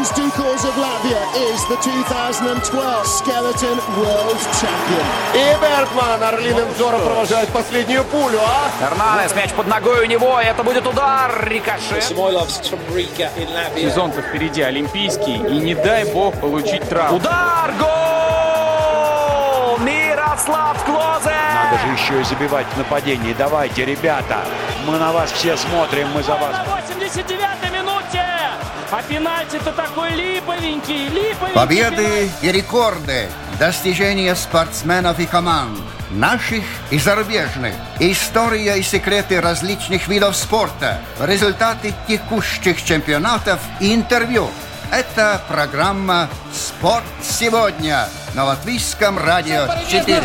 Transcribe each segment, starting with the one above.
Martins Dukals of Latvia is the 2012 Skeleton World Champion. И Бергман орлиным взором провожает последнюю пулю, а? Эрнанес, мяч под ногой у него, это будет удар, рикошет. Сезон-то впереди олимпийский, и не дай бог получить травму. Удар, гол! Мирослав Клозе! Надо же еще и забивать в нападении. Давайте, ребята, мы на вас все смотрим, мы за вас. На 89-й минуте! А пенальти-то такой липовенький. Победы и рекорды, достижения спортсменов и команд, наших и зарубежных, история и секреты различных видов спорта, результаты текущих чемпионатов и интервью. Это программа «Спорт сегодня» на Латвийском радио 4.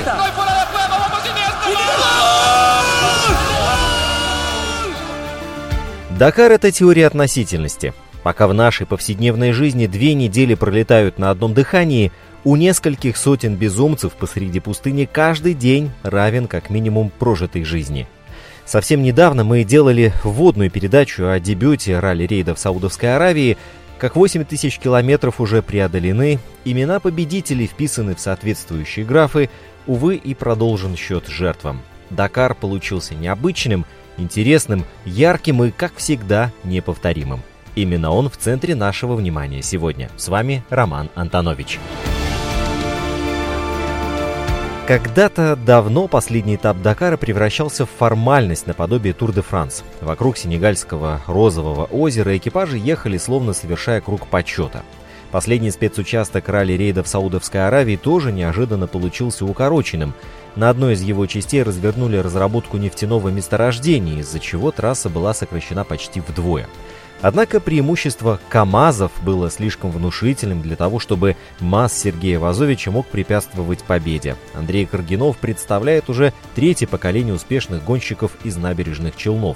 Дакар – это теория относительности. Пока в нашей повседневной жизни 2 недели пролетают на одном дыхании, у нескольких сотен безумцев посреди пустыни каждый день равен как минимум прожитой жизни. Совсем недавно мы делали вводную передачу о дебюте ралли-рейда в Саудовской Аравии. Как 8000 километров уже преодолены, имена победителей вписаны в соответствующие графы, увы, и продолжен счет жертвам. Дакар получился необычным, интересным, ярким и, как всегда, неповторимым. Именно он в центре нашего внимания сегодня. С вами Роман Антонович. Когда-то давно последний этап Дакара превращался в формальность наподобие Тур-де-Франс. Вокруг сенегальского розового озера экипажи ехали, словно совершая круг почета. Последний спецучасток ралли-рейда в Саудовской Аравии тоже неожиданно получился укороченным. На одной из его частей развернули разработку нефтяного месторождения, из-за чего трасса была сокращена почти вдвое. Однако преимущество КАМАЗов было слишком внушительным для того, чтобы МАЗ Сергея Вазовича мог препятствовать победе. Андрей Каргинов представляет уже 3-е поколение успешных гонщиков из набережных Челнов.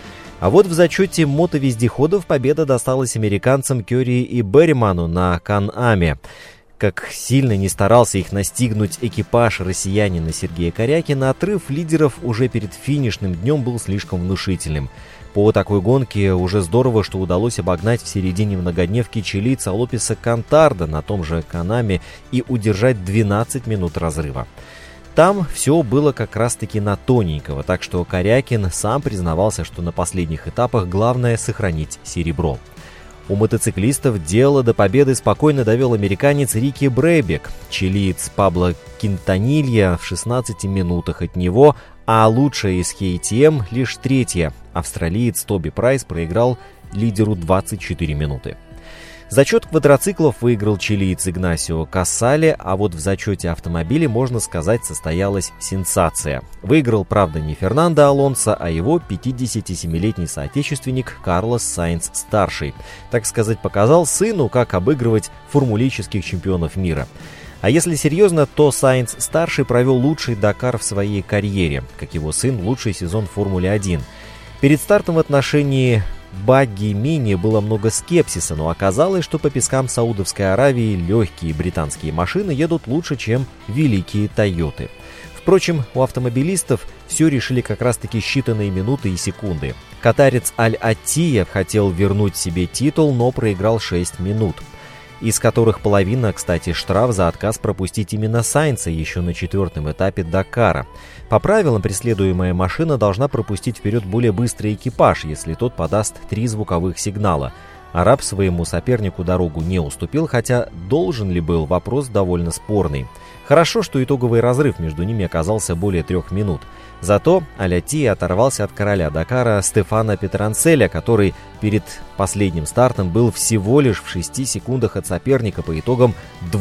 А вот в зачете мотовездеходов победа досталась американцам Кёри и Берриману на Кан-Аме. Как сильно не старался их настигнуть экипаж россиянина Сергея Корякина, отрыв лидеров уже перед финишным днем был слишком внушительным. По такой гонке уже здорово, что удалось обогнать в середине многодневки чилийца Лопеса Кантарда на том же Канаме и удержать 12 минут разрыва. Там все было как раз-таки на тоненького, так что Корякин сам признавался, что на последних этапах главное сохранить серебро. У мотоциклистов дело до победы спокойно довел американец Рики Брейбек. Чилиец Пабло Кинтанилья в 16 минутах от него, а лучшая из KTM лишь 3-я. Австралиец Тоби Прайс проиграл лидеру 24 минуты. Зачет квадроциклов выиграл чилиец Игнасио Кассале, а вот в зачете автомобилей, можно сказать, состоялась сенсация. Выиграл, правда, не Фернандо Алонсо, а его 57-летний соотечественник Карлос Сайнц-старший. Так сказать, показал сыну, как обыгрывать формулических чемпионов мира. А если серьезно, то Сайнц-старший провел лучший Дакар в своей карьере, как его сын лучший сезон в Формуле-1. Перед стартом в отношении багги мини было много скепсиса, но оказалось, что по пескам Саудовской Аравии легкие британские машины едут лучше, чем великие Тойоты. Впрочем, у автомобилистов все решили как раз-таки считанные минуты и секунды. Катарец Аль-Аттия хотел вернуть себе титул, но проиграл 6 минут. Из которых половина, кстати, штраф за отказ пропустить именно Сайнца еще на 4-м этапе Дакара. По правилам, преследуемая машина должна пропустить вперед более быстрый экипаж, если тот подаст 3 звуковых сигнала. Араб своему сопернику дорогу не уступил, хотя должен ли был, вопрос довольно спорный. Хорошо, что итоговый разрыв между ними оказался более 3 минут. Зато Аль-Аттия оторвался от короля Дакара Стефана Петранцеля, который перед последним стартом был всего лишь в 6 секундах от соперника по итогам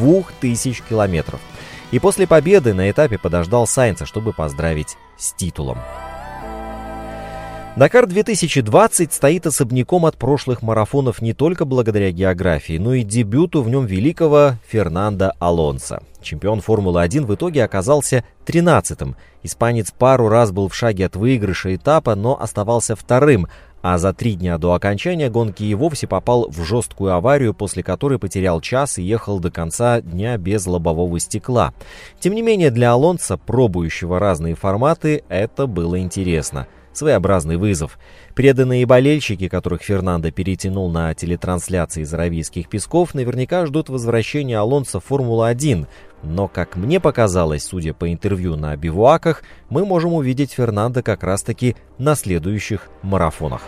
2000 километров. И после победы на этапе подождал Сайнца, чтобы поздравить с титулом. Дакар 2020 стоит особняком от прошлых марафонов не только благодаря географии, но и дебюту в нем великого Фернандо Алонсо. Чемпион Формулы-1 в итоге оказался 13-м. Испанец пару раз был в шаге от выигрыша этапа, но оставался 2-м, а за 3 дня до окончания гонки и вовсе попал в жесткую аварию, после которой потерял час и ехал до конца дня без лобового стекла. Тем не менее, для Алонсо, пробующего разные форматы, это было интересно. своеобразный вызов. Преданные болельщики, которых Фернандо перетянул на телетрансляции из Аравийских песков, наверняка ждут возвращения Алонсо в Формулу-1. Но, как мне показалось, судя по интервью на бивуаках, мы можем увидеть Фернандо как раз-таки на следующих марафонах.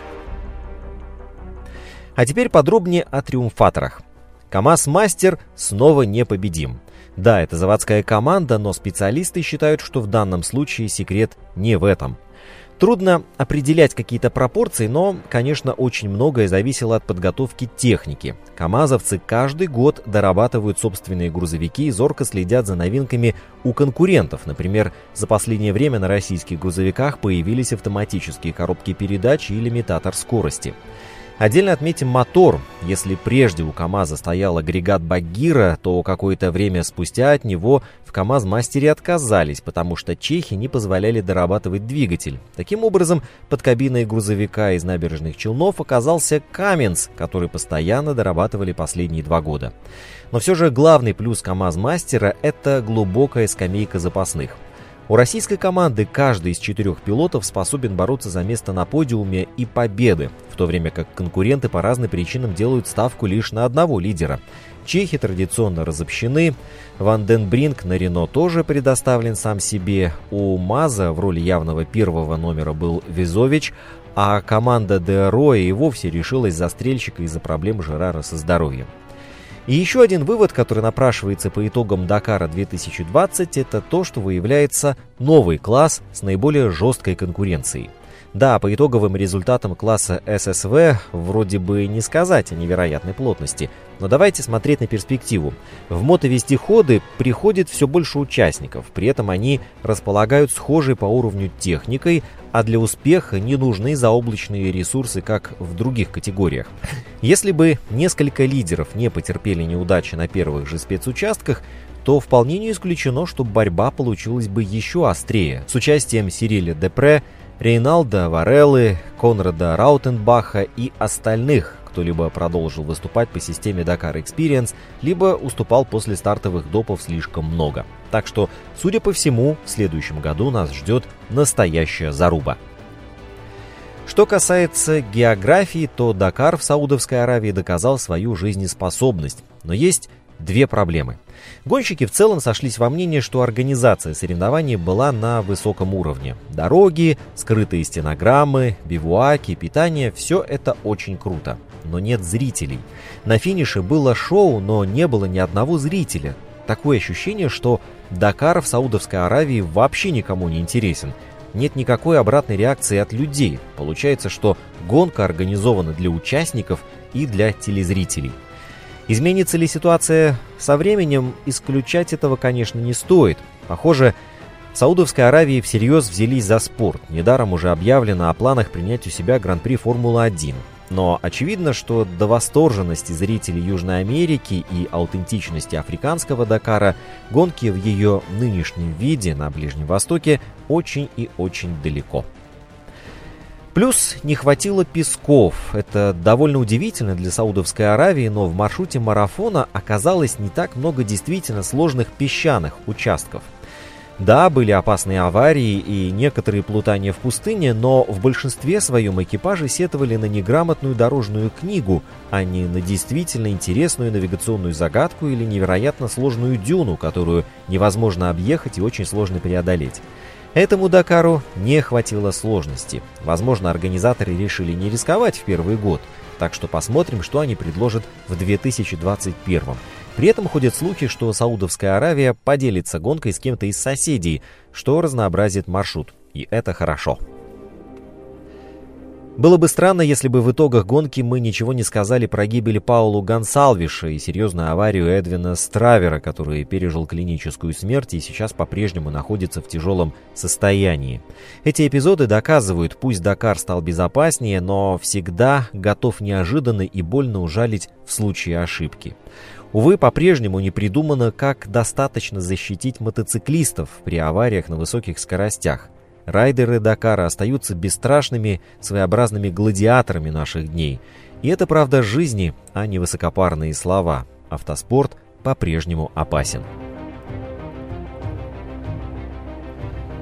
А теперь подробнее о триумфаторах. КамАЗ-Мастер снова непобедим. Да, это заводская команда, но специалисты считают, что в данном случае секрет не в этом. Трудно определять какие-то пропорции, но, конечно, очень многое зависело от подготовки техники. КамАЗовцы каждый год дорабатывают собственные грузовики и зорко следят за новинками у конкурентов. Например, за последнее время на российских грузовиках появились автоматические коробки передач и лимитатор скорости. Отдельно отметим мотор. Если прежде у КамАЗа стоял агрегат Багира, то какое-то время спустя от него в КамАЗ-мастере отказались, потому что чехи не позволяли дорабатывать двигатель. Таким образом, под кабиной грузовика из Набережных Челнов оказался Каменс, который постоянно дорабатывали последние 2 года. Но все же главный плюс КамАЗ-мастера – это глубокая скамейка запасных. У российской команды каждый из 4 пилотов способен бороться за место на подиуме и победы, в то время как конкуренты по разным причинам делают ставку лишь на одного лидера. Чехи традиционно разобщены, Ван ден Бринк на Рено тоже предоставлен сам себе, у МАЗа в роли явного первого номера был Визович, а команда ДРО и вовсе решилась застрельщика из-за проблем Жерара со здоровьем. И еще один вывод, который напрашивается по итогам Дакара 2020, это то, что выявляется новый класс с наиболее жесткой конкуренцией. Да, по итоговым результатам класса ССВ вроде бы не сказать о невероятной плотности, но давайте смотреть на перспективу. В мотовездеходы приходит все больше участников, при этом они располагают схожей по уровню техникой, а для успеха не нужны заоблачные ресурсы, как в других категориях. Если бы несколько лидеров не потерпели неудачи на первых же спецучастках, то вполне не исключено, что борьба получилась бы еще острее, с участием Сириля Депре, Рейналда Вареллы, Конрада Раутенбаха и остальных, кто либо продолжил выступать по системе Dakar Experience, либо уступал после стартовых допов слишком много. Так что, судя по всему, в следующем году нас ждет настоящая заруба. Что касается географии, то Дакар в Саудовской Аравии доказал свою жизнеспособность. Но есть 2 проблемы. Гонщики в целом сошлись во мнении, что организация соревнований была на высоком уровне. Дороги, скрытые стенограммы, бивуаки, питание – все это очень круто. Но нет зрителей. На финише было шоу, но не было ни одного зрителя. Такое ощущение, что Дакар в Саудовской Аравии вообще никому не интересен. Нет никакой обратной реакции от людей. Получается, что гонка организована для участников и для телезрителей. Изменится ли ситуация со временем, исключать этого, конечно, не стоит. Похоже, в Саудовской Аравии всерьез взялись за спорт. Недаром уже объявлено о планах принять у себя Гран-при Формулы-1. Но очевидно, что до восторженности зрителей Южной Америки и аутентичности африканского Дакара гонки в ее нынешнем виде на Ближнем Востоке очень и очень далеко. Плюс не хватило песков. Это довольно удивительно для Саудовской Аравии, но в маршруте марафона оказалось не так много действительно сложных песчаных участков. Да, были опасные аварии и некоторые плутания в пустыне, но в большинстве своем экипажи сетовали на неграмотную дорожную книгу, а не на действительно интересную навигационную загадку или невероятно сложную дюну, которую невозможно объехать и очень сложно преодолеть. Этому Дакару не хватило сложности. Возможно, организаторы решили не рисковать в первый год, так что посмотрим, что они предложат в 2021. При этом ходят слухи, что Саудовская Аравия поделится гонкой с кем-то из соседей, что разнообразит маршрут, и это хорошо. Было бы странно, если бы в итогах гонки мы ничего не сказали про гибель Паулу Гонсалвиша и серьезную аварию Эдвина Стравера, который пережил клиническую смерть и сейчас по-прежнему находится в тяжелом состоянии. Эти эпизоды доказывают, пусть Дакар стал безопаснее, но всегда готов неожиданно и больно ужалить в случае ошибки. Увы, по-прежнему не придумано, как достаточно защитить мотоциклистов при авариях на высоких скоростях. Райдеры Дакара остаются бесстрашными, своеобразными гладиаторами наших дней. И это правда жизни, а не высокопарные слова. Автоспорт по-прежнему опасен.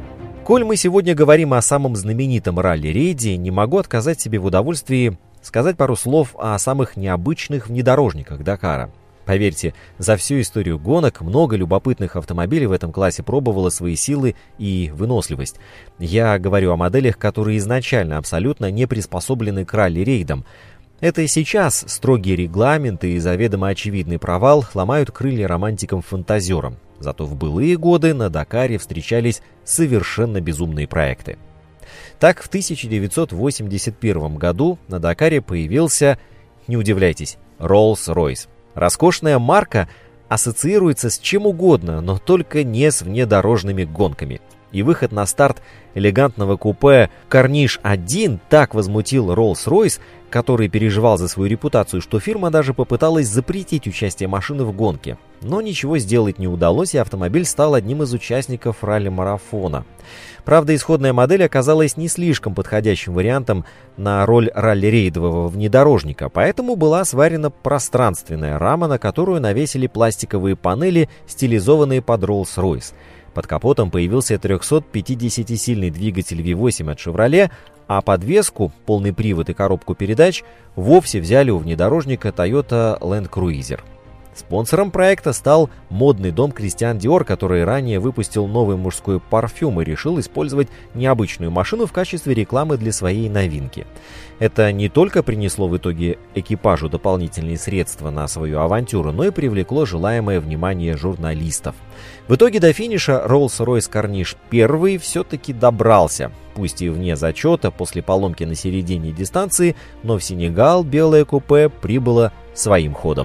Коль мы сегодня говорим о самом знаменитом ралли-рейде, не могу отказать себе в удовольствии сказать пару слов о самых необычных внедорожниках Дакара. Поверьте, за всю историю гонок много любопытных автомобилей в этом классе пробовало свои силы и выносливость. Я говорю о моделях, которые изначально абсолютно не приспособлены к ралли-рейдам. Это и сейчас строгие регламенты и заведомо очевидный провал ломают крылья романтикам-фантазерам. Зато в былые годы на Дакаре встречались совершенно безумные проекты. Так, в 1981 году на Дакаре появился, не удивляйтесь, Rolls-Royce. Роскошная марка ассоциируется с чем угодно, но только не с внедорожными гонками. И выход на старт элегантного купе Corniche 1 так возмутил Rolls-Royce, который переживал за свою репутацию, что фирма даже попыталась запретить участие машины в гонке. Но ничего сделать не удалось, и автомобиль стал одним из участников ралли-марафона. Правда, исходная модель оказалась не слишком подходящим вариантом на роль ралли-рейдового внедорожника, поэтому была сварена пространственная рама, на которую навесили пластиковые панели, стилизованные под Rolls-Royce. Под капотом появился 350-сильный двигатель V8 от Chevrolet, а подвеску, полный привод и коробку передач вовсе взяли у внедорожника Toyota Land Cruiser. Спонсором проекта стал модный дом Christian Dior, который ранее выпустил новый мужской парфюм и решил использовать необычную машину в качестве рекламы для своей новинки. Это не только принесло в итоге экипажу дополнительные средства на свою авантюру, но и привлекло желаемое внимание журналистов. В итоге до финиша Rolls-Royce Corniche 1 все-таки добрался, пусть и вне зачета после поломки на середине дистанции, но в Сенегал белое купе прибыло своим ходом.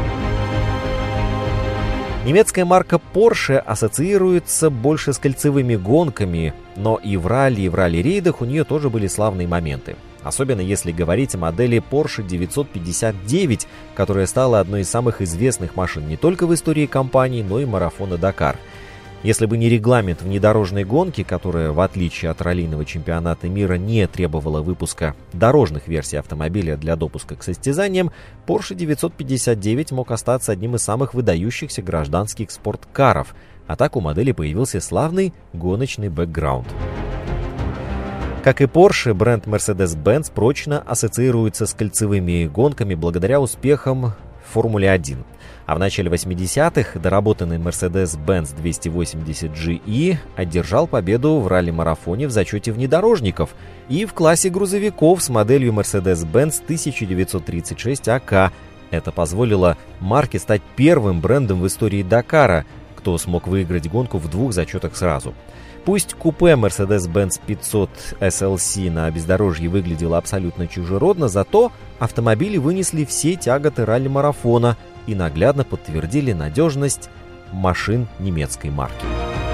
Немецкая марка Porsche ассоциируется больше с кольцевыми гонками, но и в ралли-рейдах у нее тоже были славные моменты. Особенно если говорить о модели Porsche 959, которая стала одной из самых известных машин не только в истории компании, но и марафона Дакар. Если бы не регламент внедорожной гонки, которая, в отличие от раллийного чемпионата мира, не требовала выпуска дорожных версий автомобиля для допуска к состязаниям, Porsche 959 мог остаться одним из самых выдающихся гражданских спорткаров, а так у модели появился славный гоночный бэкграунд. Как и Porsche, бренд Mercedes-Benz прочно ассоциируется с кольцевыми гонками благодаря успехам в Формуле 1. А в начале 80-х доработанный Mercedes-Benz 280 GE одержал победу в ралли-марафоне в зачете внедорожников и в классе грузовиков с моделью Mercedes-Benz 1936 АК. Это позволило марке стать первым брендом в истории Дакара, кто смог выиграть гонку в двух зачетах сразу. Пусть купе Mercedes-Benz 500 SLC на бездорожье выглядело абсолютно чужеродно, зато автомобили вынесли все тяготы ралли-марафона и наглядно подтвердили надежность машин немецкой марки.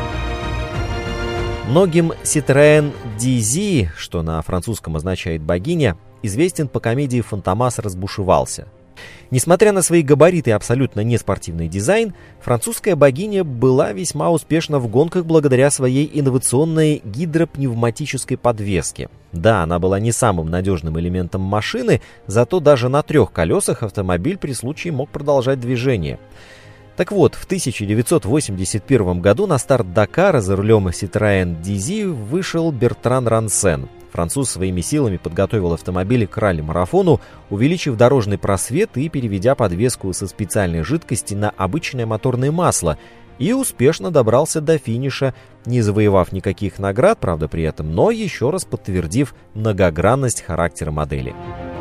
Многим Citroën DZ, что на французском означает «богиня», известен по комедии «Фантомас разбушевался». Несмотря на свои габариты и абсолютно неспортивный дизайн, французская богиня была весьма успешна в гонках благодаря своей инновационной гидропневматической подвеске. Да, она была не самым надежным элементом машины, зато даже на 3 колесах автомобиль при случае мог продолжать движение. Так вот, в 1981 году на старт Дакара за рулем Citroën DZ вышел Бертран Рансен. Француз своими силами подготовил автомобиль к ралли-марафону, увеличив дорожный просвет и переведя подвеску со специальной жидкости на обычное моторное масло, и успешно добрался до финиша, не завоевав никаких наград, правда, при этом, но еще раз подтвердив многогранность характера модели.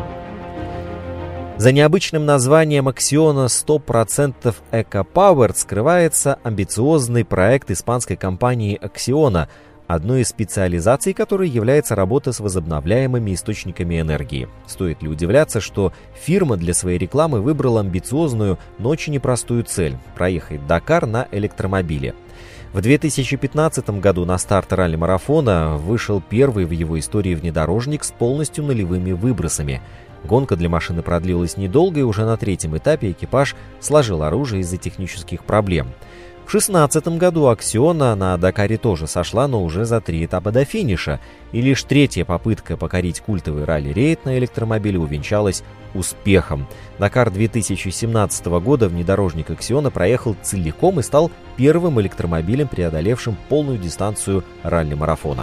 За необычным названием Acciona 100% Eco-Powered скрывается амбициозный проект испанской компании Acciona, одной из специализаций которой является работа с возобновляемыми источниками энергии. Стоит ли удивляться, что фирма для своей рекламы выбрала амбициозную, но очень непростую цель – проехать Дакар на электромобиле. В 2015 году на старт ралли-марафона вышел первый в его истории внедорожник с полностью нулевыми выбросами. Гонка для машины продлилась недолго, и уже на 3-м этапе экипаж сложил оружие из-за технических проблем. В 2016 году Аксиона на Дакаре тоже сошла, но уже за 3 этапа до финиша. И лишь третья попытка покорить культовый ралли-рейд на электромобиле увенчалась успехом. Дакар 2017 года внедорожник Аксиона проехал целиком и стал первым электромобилем, преодолевшим полную дистанцию ралли-марафона.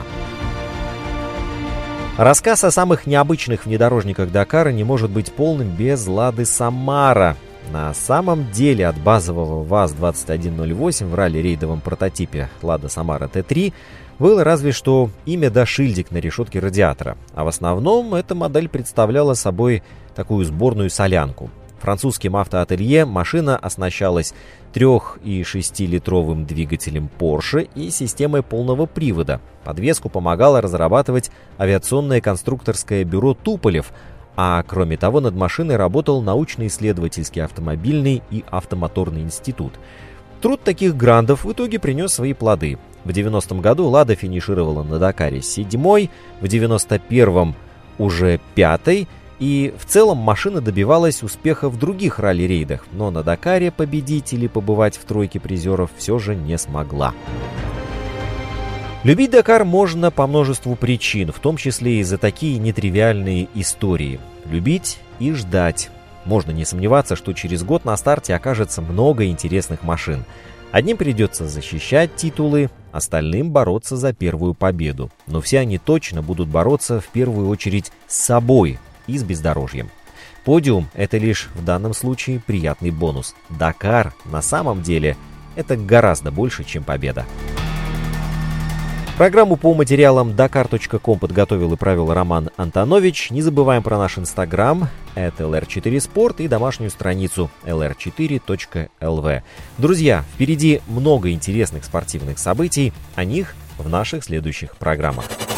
Рассказ о самых необычных внедорожниках Дакара не может быть полным без Лады Самара. На самом деле от базового ВАЗ-2108 в ралли-рейдовом прототипе Лада Самара Т3 было разве что имя да шильдик на решетке радиатора, а в основном эта модель представляла собой такую сборную солянку. Французским автоателье машина оснащалась 3,6-литровым двигателем Porsche и системой полного привода. Подвеску помогало разрабатывать авиационное конструкторское бюро «Туполев», а кроме того над машиной работал научно-исследовательский автомобильный и автомоторный институт. Труд таких грандов в итоге принес свои плоды. В 90-м году «Лада» финишировала на Дакаре 7-й, в 91-м уже 5-й, и в целом машина добивалась успеха в других ралли-рейдах, но на Дакаре победить или побывать в тройке призеров все же не смогла. Любить Дакар можно по множеству причин, в том числе и за такие нетривиальные истории. Любить и ждать. Можно не сомневаться, что через год на старте окажется много интересных машин. Одним придется защищать титулы, остальным бороться за первую победу. Но все они точно будут бороться в первую очередь с собой и с бездорожьем. Подиум – это лишь в данном случае приятный бонус. Дакар на самом деле – это гораздо больше, чем победа. Программу по материалам dakar.com подготовил и провел Роман Антонович. Не забываем про наш инстаграм @lr4sport и домашнюю страницу lr4.lv. Друзья, впереди много интересных спортивных событий, о них в наших следующих программах.